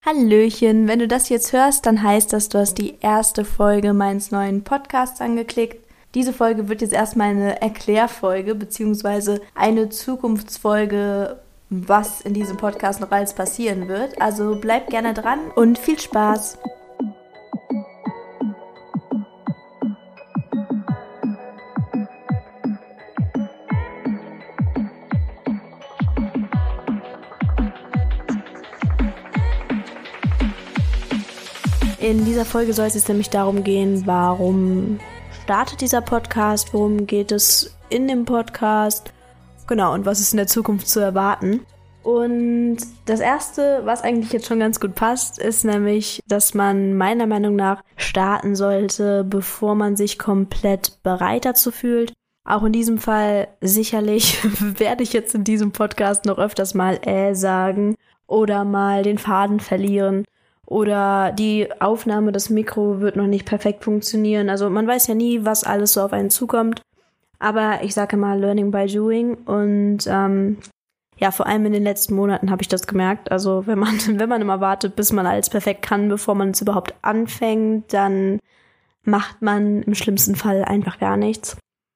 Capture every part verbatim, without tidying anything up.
Hallöchen, wenn du das jetzt hörst, dann heißt das, du hast die erste Folge meines neuen Podcasts angeklickt. Diese Folge wird jetzt erstmal eine Erklärfolge, beziehungsweise eine Zukunftsfolge, was in diesem Podcast noch alles passieren wird. Also bleib gerne dran und viel Spaß! In dieser Folge soll es jetzt nämlich darum gehen, warum startet dieser Podcast, worum geht es in dem Podcast, genau, und was ist in der Zukunft zu erwarten. Und das Erste, was eigentlich jetzt schon ganz gut passt, ist nämlich, dass man meiner Meinung nach starten sollte, bevor man sich komplett bereit dazu fühlt. Auch in diesem Fall sicherlich werde ich jetzt in diesem Podcast noch öfters mal äh sagen oder mal den Faden verlieren. Oder die Aufnahme, das Mikro wird noch nicht perfekt funktionieren. Also man weiß ja nie, was alles so auf einen zukommt. Aber ich sage mal, learning by doing. Und ähm, ja, vor allem in den letzten Monaten habe ich das gemerkt. Also wenn man, wenn man immer wartet, bis man alles perfekt kann, bevor man es überhaupt anfängt, dann macht man im schlimmsten Fall einfach gar nichts.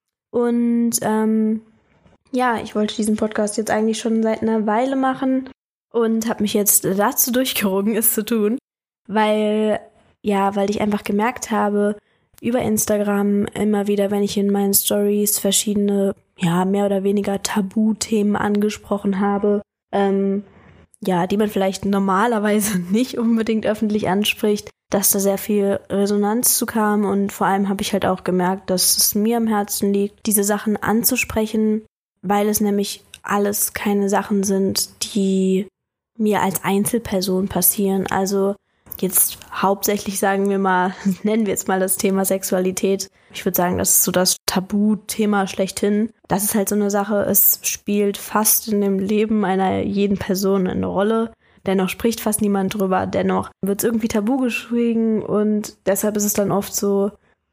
Und ähm, ja, ich wollte diesen Podcast jetzt eigentlich schon seit einer Weile machen. Und habe mich jetzt dazu durchgerungen, es zu tun, weil, ja, weil ich einfach gemerkt habe, über Instagram immer wieder, wenn ich in meinen Stories verschiedene, ja, mehr oder weniger Tabuthemen angesprochen habe, ähm, ja, die man vielleicht normalerweise nicht unbedingt öffentlich anspricht, dass da sehr viel Resonanz zu kam und vor allem habe ich halt auch gemerkt, dass es mir am Herzen liegt, diese Sachen anzusprechen, weil es nämlich alles keine Sachen sind, die mir als Einzelperson passieren. Also jetzt hauptsächlich sagen wir mal, nennen wir jetzt mal das Thema Sexualität. Ich würde sagen, das ist so das Tabuthema schlechthin. Das ist halt so eine Sache, es spielt fast in dem Leben einer jeden Person eine Rolle. Dennoch spricht fast niemand drüber, dennoch wird es irgendwie tabu geschwiegen und deshalb ist es dann oft so,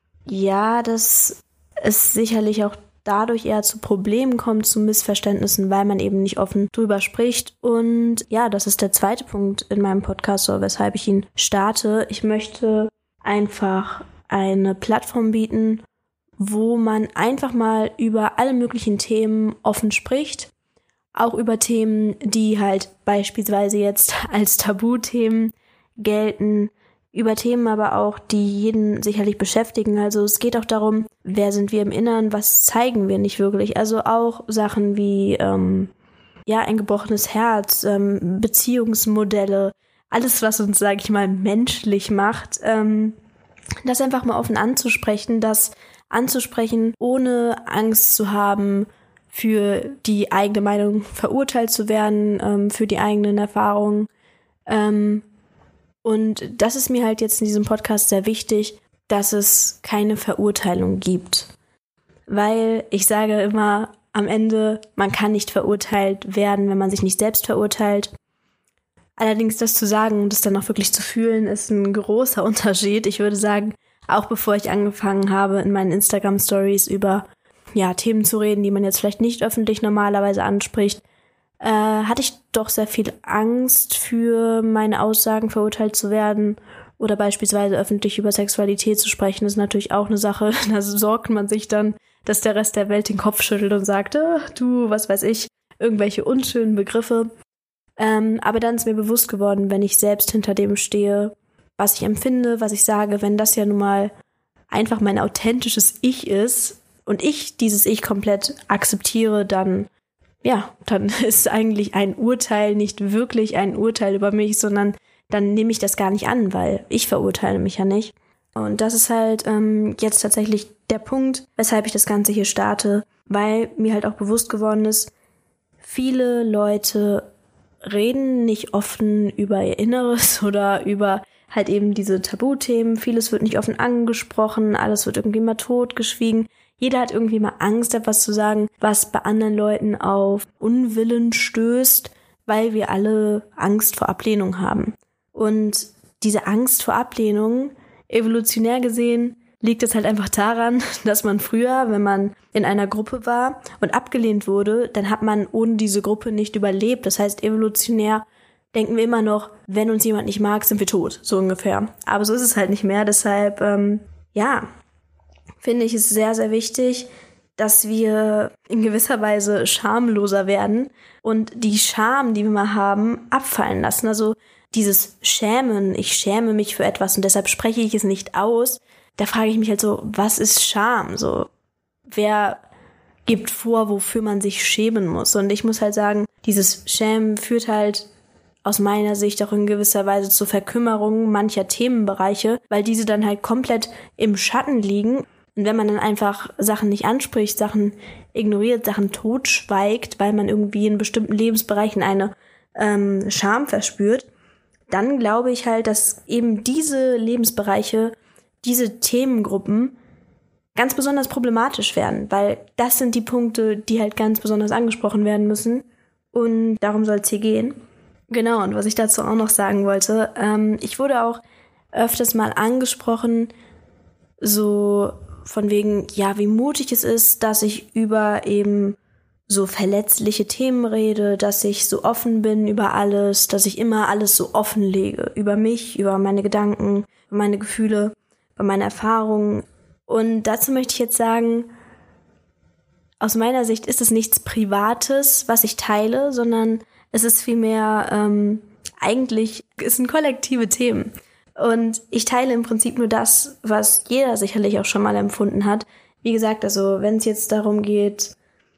ja, dass es sicherlich auch dadurch eher zu Problemen kommt, zu Missverständnissen, weil man eben nicht offen drüber spricht. Und ja, das ist der zweite Punkt in meinem Podcast, so, weshalb ich ihn starte. Ich möchte einfach eine Plattform bieten, wo man einfach mal über alle möglichen Themen offen spricht. Auch über Themen, die halt beispielsweise jetzt als Tabuthemen gelten, über Themen aber auch, die jeden sicherlich beschäftigen. Also es geht auch darum, wer sind wir im Inneren, was zeigen wir nicht wirklich. Also auch Sachen wie ähm, ja ein gebrochenes Herz, ähm, Beziehungsmodelle, alles, was uns, sage ich mal, menschlich macht. Ähm, das einfach mal offen anzusprechen, das anzusprechen, ohne Angst zu haben, für die eigene Meinung verurteilt zu werden, ähm, für die eigenen Erfahrungen. Ähm, Und das ist mir halt jetzt in diesem Podcast sehr wichtig, dass es keine Verurteilung gibt. Weil ich sage immer am Ende, man kann nicht verurteilt werden, wenn man sich nicht selbst verurteilt. Allerdings das zu sagen und das dann auch wirklich zu fühlen, ist ein großer Unterschied. Ich würde sagen, auch bevor ich angefangen habe, in meinen Instagram-Stories über ja, Themen zu reden, die man jetzt vielleicht nicht öffentlich normalerweise anspricht, Äh, hatte ich doch sehr viel Angst, für meine Aussagen verurteilt zu werden oder beispielsweise öffentlich über Sexualität zu sprechen. Das ist natürlich auch eine Sache, da sorgt man sich dann, dass der Rest der Welt den Kopf schüttelt und sagt, äh, du, was weiß ich, irgendwelche unschönen Begriffe. Ähm, aber dann ist mir bewusst geworden, wenn ich selbst hinter dem stehe, was ich empfinde, was ich sage, wenn das ja nun mal einfach mein authentisches Ich ist und ich dieses Ich komplett akzeptiere, dann ja, dann ist eigentlich ein Urteil nicht wirklich ein Urteil über mich, sondern dann nehme ich das gar nicht an, weil ich verurteile mich ja nicht. Und das ist halt ähm, jetzt tatsächlich der Punkt, weshalb ich das Ganze hier starte, weil mir halt auch bewusst geworden ist, viele Leute reden nicht offen über ihr Inneres oder über halt eben diese Tabuthemen. Vieles wird nicht offen angesprochen, alles wird irgendwie mal totgeschwiegen. Jeder hat irgendwie mal Angst, etwas zu sagen, was bei anderen Leuten auf Unwillen stößt, weil wir alle Angst vor Ablehnung haben. Und diese Angst vor Ablehnung, evolutionär gesehen, liegt es halt einfach daran, dass man früher, wenn man in einer Gruppe war und abgelehnt wurde, dann hat man ohne diese Gruppe nicht überlebt. Das heißt, evolutionär denken wir immer noch, wenn uns jemand nicht mag, sind wir tot, so ungefähr. Aber so ist es halt nicht mehr. Deshalb, ähm, ja, finde ich es sehr, sehr wichtig, dass wir in gewisser Weise schamloser werden und die Scham, die wir mal haben, abfallen lassen. Also dieses Schämen, ich schäme mich für etwas und deshalb spreche ich es nicht aus. Da frage ich mich halt so, was ist Scham? So, wer gibt vor, wofür man sich schämen muss? Und ich muss halt sagen, dieses Schämen führt halt aus meiner Sicht auch in gewisser Weise zur Verkümmerung mancher Themenbereiche, weil diese dann halt komplett im Schatten liegen. Und wenn man dann einfach Sachen nicht anspricht, Sachen ignoriert, Sachen totschweigt, weil man irgendwie in bestimmten Lebensbereichen eine ähm, Scham verspürt, dann glaube ich halt, dass eben diese Lebensbereiche, diese Themengruppen ganz besonders problematisch werden, weil das sind die Punkte, die halt ganz besonders angesprochen werden müssen und darum soll es hier gehen. Genau, und was ich dazu auch noch sagen wollte, ähm, ich wurde auch öfters mal angesprochen, so von wegen, ja, wie mutig es ist, dass ich über eben so verletzliche Themen rede, dass ich so offen bin über alles, dass ich immer alles so offenlege, über mich, über meine Gedanken, über meine Gefühle, über meine Erfahrungen. Und dazu möchte ich jetzt sagen, aus meiner Sicht ist es nichts Privates, was ich teile, sondern es ist vielmehr, ähm, eigentlich, es sind kollektive Themen. Und ich teile im Prinzip nur das, was jeder sicherlich auch schon mal empfunden hat. Wie gesagt, also wenn es jetzt darum geht,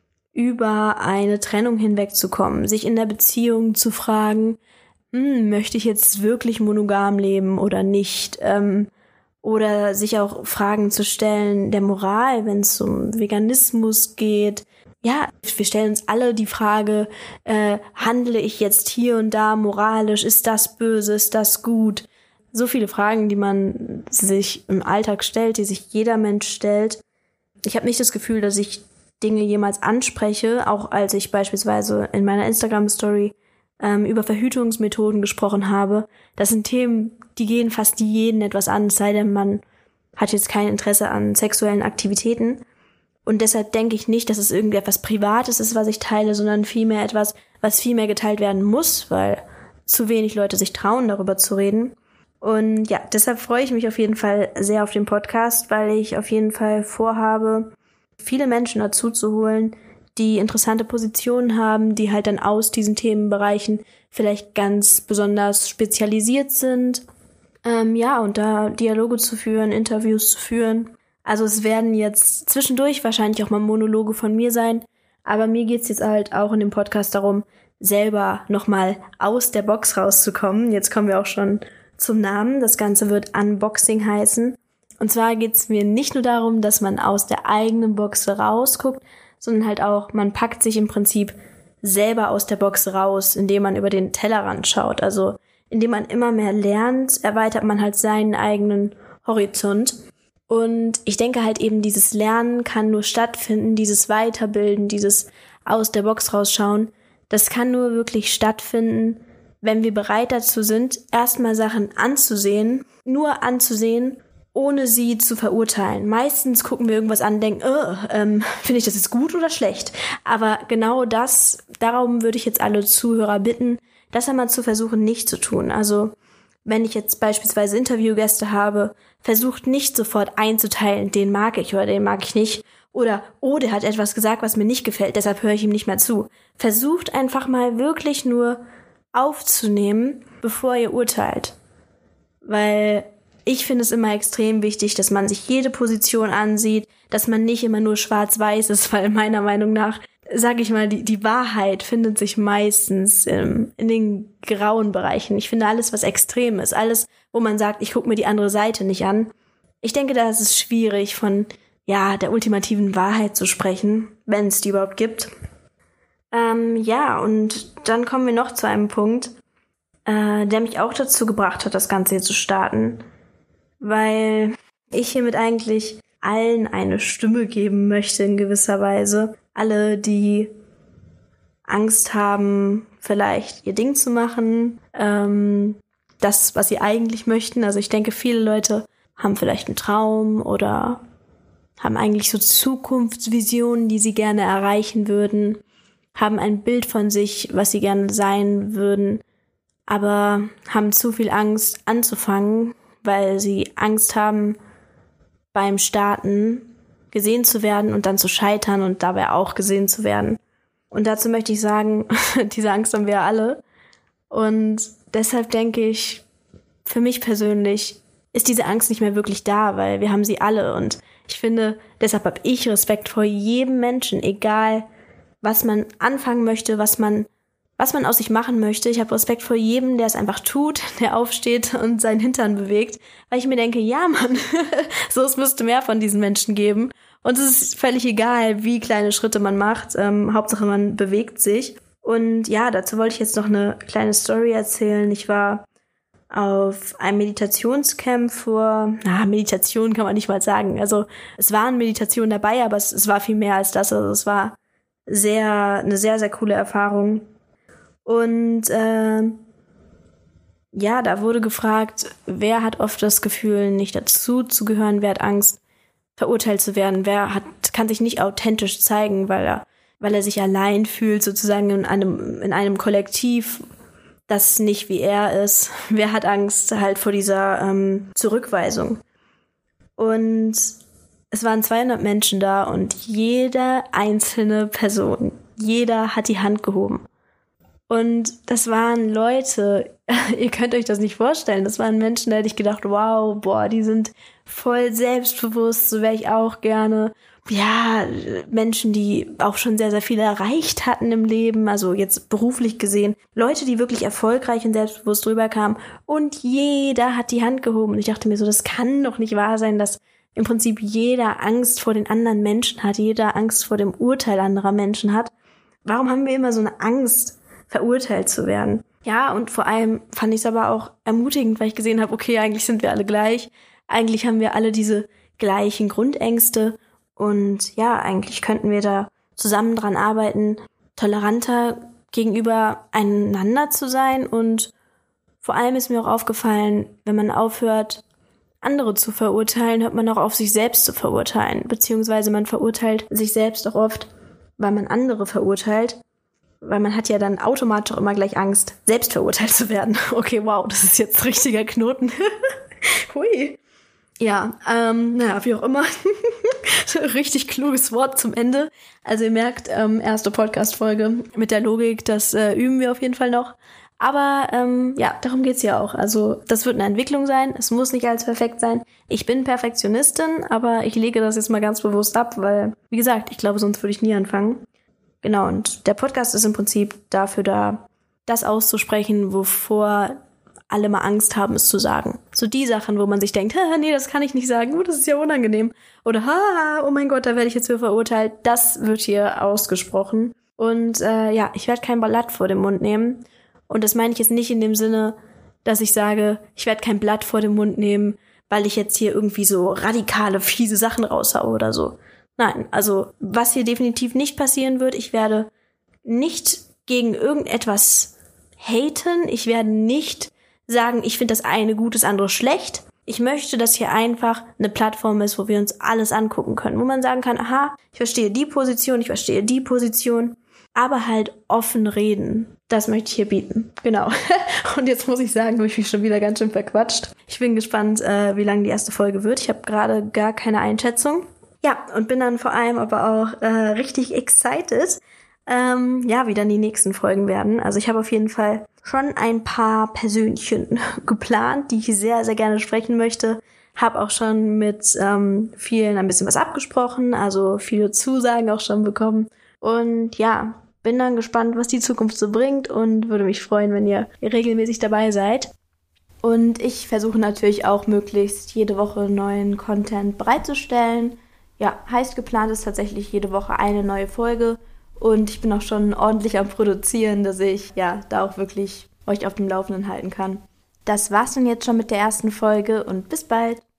über eine Trennung hinwegzukommen, sich in der Beziehung zu fragen, hm, möchte ich jetzt wirklich monogam leben oder nicht? Ähm, oder sich auch Fragen zu stellen der Moral, wenn es um Veganismus geht. Ja, wir stellen uns alle die Frage, äh, handle ich jetzt hier und da moralisch? Ist das böse? Ist das gut? So viele Fragen, die man sich im Alltag stellt, die sich jeder Mensch stellt. Ich habe nicht das Gefühl, dass ich Dinge jemals anspreche, auch als ich beispielsweise in meiner Instagram-Story ähm, über Verhütungsmethoden gesprochen habe. Das sind Themen, die gehen fast jeden etwas an, es sei denn, man hat jetzt kein Interesse an sexuellen Aktivitäten. Und deshalb denke ich nicht, dass es irgendetwas Privates ist, was ich teile, sondern vielmehr etwas, was viel mehr geteilt werden muss, weil zu wenig Leute sich trauen, darüber zu reden. Und ja, deshalb freue ich mich auf jeden Fall sehr auf den Podcast, weil ich auf jeden Fall vorhabe, viele Menschen dazu zu holen, die interessante Positionen haben, die halt dann aus diesen Themenbereichen vielleicht ganz besonders spezialisiert sind. Ähm, ja, und da Dialoge zu führen, Interviews zu führen. Also es werden jetzt zwischendurch wahrscheinlich auch mal Monologe von mir sein, aber mir geht's jetzt halt auch in dem Podcast darum, selber nochmal aus der Box rauszukommen. Jetzt kommen wir auch schon zum Namen. Das Ganze wird Unboxing heißen. Und zwar geht's mir nicht nur darum, dass man aus der eigenen Box rausguckt, sondern halt auch, man packt sich im Prinzip selber aus der Box raus, indem man über den Tellerrand schaut. Also indem man immer mehr lernt, erweitert man halt seinen eigenen Horizont. Und ich denke halt eben, dieses Lernen kann nur stattfinden, dieses Weiterbilden, dieses aus der Box rausschauen, das kann nur wirklich stattfinden, wenn wir bereit dazu sind, erstmal Sachen anzusehen, nur anzusehen, ohne sie zu verurteilen. Meistens gucken wir irgendwas an und denken, oh, ähm, finde ich das jetzt gut oder schlecht? Aber genau das, darum würde ich jetzt alle Zuhörer bitten, das einmal zu versuchen, nicht zu tun. Also wenn ich jetzt beispielsweise Interviewgäste habe, versucht nicht sofort einzuteilen, den mag ich oder den mag ich nicht. Oder, oh, der hat etwas gesagt, was mir nicht gefällt, deshalb höre ich ihm nicht mehr zu. Versucht einfach mal wirklich nur aufzunehmen, bevor ihr urteilt. Weil ich finde es immer extrem wichtig, dass man sich jede Position ansieht, dass man nicht immer nur schwarz-weiß ist, weil meiner Meinung nach, sag ich mal, die, die Wahrheit findet sich meistens ähm, in den grauen Bereichen. Ich finde alles, was extrem ist, alles, wo man sagt, ich gucke mir die andere Seite nicht an. Ich denke, da ist es schwierig, von ja der ultimativen Wahrheit zu sprechen, wenn es die überhaupt gibt. Ähm, ja, und dann kommen wir noch zu einem Punkt, äh, der mich auch dazu gebracht hat, das Ganze hier zu starten, weil ich hiermit eigentlich allen eine Stimme geben möchte in gewisser Weise. Alle, die Angst haben, vielleicht ihr Ding zu machen, ähm, das, was sie eigentlich möchten. Also ich denke, viele Leute haben vielleicht einen Traum oder haben eigentlich so Zukunftsvisionen, die sie gerne erreichen würden, haben ein Bild von sich, was sie gerne sein würden. aber haben zu viel Angst anzufangen, weil sie Angst haben, beim Starten gesehen zu werden und dann zu scheitern und dabei auch gesehen zu werden. Und dazu möchte ich sagen, diese Angst haben wir alle. Und deshalb denke ich, für mich persönlich ist diese Angst nicht mehr wirklich da, weil wir haben sie alle. Und ich finde, deshalb habe ich Respekt vor jedem Menschen, egal was man anfangen möchte, was man was man aus sich machen möchte. Ich habe Respekt vor jedem, der es einfach tut, der aufsteht und seinen Hintern bewegt, weil ich mir denke, ja Mann, so es müsste mehr von diesen Menschen geben. Und es ist völlig egal, wie kleine Schritte man macht. Ähm, Hauptsache, man bewegt sich. Und ja, dazu wollte ich jetzt noch eine kleine Story erzählen. Ich war auf einem Meditationscamp vor, na, Meditation kann man nicht mal sagen. Also es waren Meditationen dabei, aber es, es war viel mehr als das. Also es war sehr, eine sehr, sehr coole Erfahrung. Und äh, ja, da wurde gefragt, wer hat oft das Gefühl, nicht dazu zu gehören, wer hat Angst, verurteilt zu werden, wer hat, kann sich nicht authentisch zeigen, weil er, weil er sich allein fühlt, sozusagen in einem, in einem Kollektiv, das nicht wie er ist. Wer hat Angst halt vor dieser ähm, Zurückweisung? Und es waren zweihundert Menschen da und jede einzelne Person, jeder hat die Hand gehoben. Und das waren Leute, ihr könnt euch das nicht vorstellen, das waren Menschen, da hätte ich gedacht, wow, boah, die sind voll selbstbewusst, so wäre ich auch gerne. Ja, Menschen, die auch schon sehr, sehr viel erreicht hatten im Leben, also jetzt beruflich gesehen. Leute, die wirklich erfolgreich und selbstbewusst rüberkamen und jeder hat die Hand gehoben. Und ich dachte mir so, das kann doch nicht wahr sein, dass im Prinzip jeder Angst vor den anderen Menschen hat, jeder Angst vor dem Urteil anderer Menschen hat. Warum haben wir immer so eine Angst, verurteilt zu werden? Ja, und vor allem fand ich es aber auch ermutigend, weil ich gesehen habe, okay, eigentlich sind wir alle gleich. Eigentlich haben wir alle diese gleichen Grundängste. Und ja, eigentlich könnten wir da zusammen dran arbeiten, toleranter gegenüber einander zu sein. Und vor allem ist mir auch aufgefallen, wenn man aufhört, andere zu verurteilen, hört man auch auf, sich selbst zu verurteilen. Beziehungsweise man verurteilt sich selbst auch oft, weil man andere verurteilt. Weil man hat ja dann automatisch auch immer gleich Angst, selbst verurteilt zu werden. Okay, wow, das ist jetzt richtiger Knoten. Hui. Ja, ähm, naja, wie auch immer. Richtig kluges Wort zum Ende. Also ihr merkt, ähm, erste Podcast-Folge mit der Logik, das äh, üben wir auf jeden Fall noch. Aber ähm, ja, darum geht's ja auch. Also das wird eine Entwicklung sein. Es muss nicht alles perfekt sein. Ich bin Perfektionistin, aber ich lege das jetzt mal ganz bewusst ab, weil, wie gesagt, ich glaube, sonst würde ich nie anfangen. Genau, und der Podcast ist im Prinzip dafür da, das auszusprechen, wovor alle mal Angst haben, es zu sagen. So die Sachen, wo man sich denkt, nee, das kann ich nicht sagen, oh, das ist ja unangenehm. Oder, oh mein Gott, da werde ich jetzt für verurteilt. Das wird hier ausgesprochen. Und äh, ja, ich werde kein Blatt vor den Mund nehmen. Und das meine ich jetzt nicht in dem Sinne, dass ich sage, ich werde kein Blatt vor den Mund nehmen, weil ich jetzt hier irgendwie so radikale, fiese Sachen raushaue oder so. Nein, also was hier definitiv nicht passieren wird, ich werde nicht gegen irgendetwas haten, ich werde nicht sagen, ich finde das eine gut, das andere schlecht. Ich möchte, dass hier einfach eine Plattform ist, wo wir uns alles angucken können, wo man sagen kann, aha, ich verstehe die Position, ich verstehe die Position, aber halt offen reden. Das möchte ich hier bieten. Genau. Und jetzt muss ich sagen, habe ich mich schon wieder ganz schön verquatscht. Ich bin gespannt, äh, wie lang die erste Folge wird. Ich habe gerade gar keine Einschätzung. Ja, und bin dann vor allem aber auch äh, richtig excited, ähm, ja, wie dann die nächsten Folgen werden. Also ich habe auf jeden Fall schon ein paar Persönchen geplant, die ich sehr, sehr gerne sprechen möchte. Habe auch schon mit ähm, vielen ein bisschen was abgesprochen, also viele Zusagen auch schon bekommen. Und ja, bin dann gespannt, was die Zukunft so bringt und würde mich freuen, wenn ihr regelmäßig dabei seid. Und ich versuche natürlich auch möglichst jede Woche neuen Content bereitzustellen. Ja, heißt geplant ist tatsächlich jede Woche eine neue Folge und ich bin auch schon ordentlich am Produzieren, dass ich ja da auch wirklich euch auf dem Laufenden halten kann. Das war's dann jetzt schon mit der ersten Folge und bis bald!